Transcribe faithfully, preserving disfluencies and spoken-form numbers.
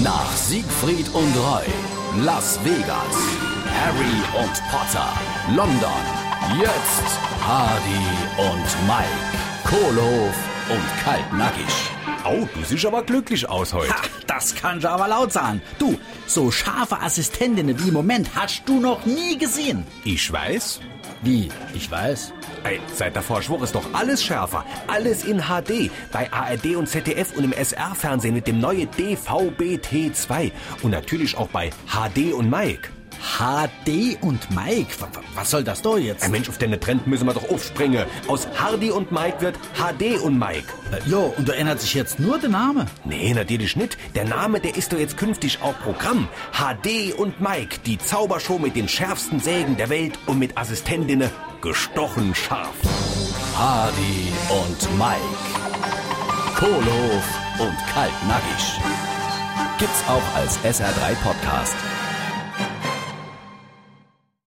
Nach Siegfried und Roy, Las Vegas, Harry und Potter, London, jetzt Hardy und Mike, Kohlhof und Kaltnackig. Au, du siehst aber glücklich aus heute. Ha, das kann ich aber laut sagen. Du, so scharfe Assistentinnen wie im Moment hast du noch nie gesehen. Ich weiß. Wie? Ich weiß. Ey, seit der Vorschwur ist doch alles schärfer. Alles in H D. Bei A R D und Z D F und im S R-Fernsehen mit dem neuen D V B T zwei. Und natürlich auch bei H D und Mike. H D und Mike? Was soll das doch jetzt? Ein Mensch, auf den Trend müssen wir doch aufspringen. Aus Hardy und Mike wird H D und Mike. Äh, jo, und da ändert sich jetzt nur der Name? Nee, natürlich nicht. Der Name, der ist doch jetzt künftig auch Programm. H D und Mike, die Zaubershow mit den schärfsten Sägen der Welt und mit Assistentinnen gestochen scharf. Hardy und Mike, Kohlhof und Kaltnackig. Gibt's auch als S R drei Podcast.